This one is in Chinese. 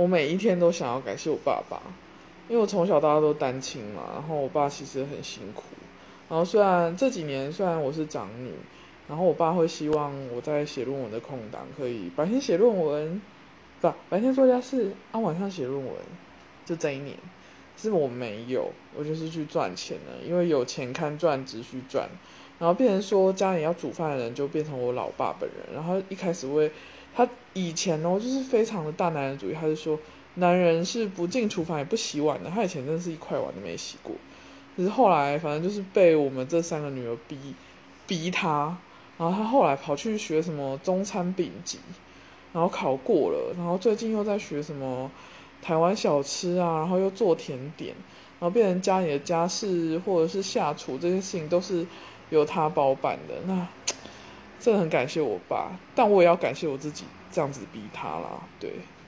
我每一天都想要感谢我爸爸，因为我从小到大都单亲嘛，然后我爸其实很辛苦，然后虽然这几年我是长女，然后我爸会希望我在写论文的空档可以白天写论文，不，白天做家事，晚上写论文，就这一年。是我没有，我就是去赚钱了，因为有钱看赚，只需赚。然后变成说家里要煮饭的人就变成我老爸本人。然后一开始他以前就是非常的大男人主义，他是说男人是不进厨房也不洗碗的。他以前真的是一块碗都没洗过。可是后来反正就是被我们这3个女儿逼他，然后他后来跑去学什么中餐丙级，然后考过了，然后最近又在学什么台湾小吃啊，然后又做甜点，然后变成家里的家事或者是下厨这些事情都是由他包办的。那真的很感谢我爸，但我也要感谢我自己这样子逼他啦。对。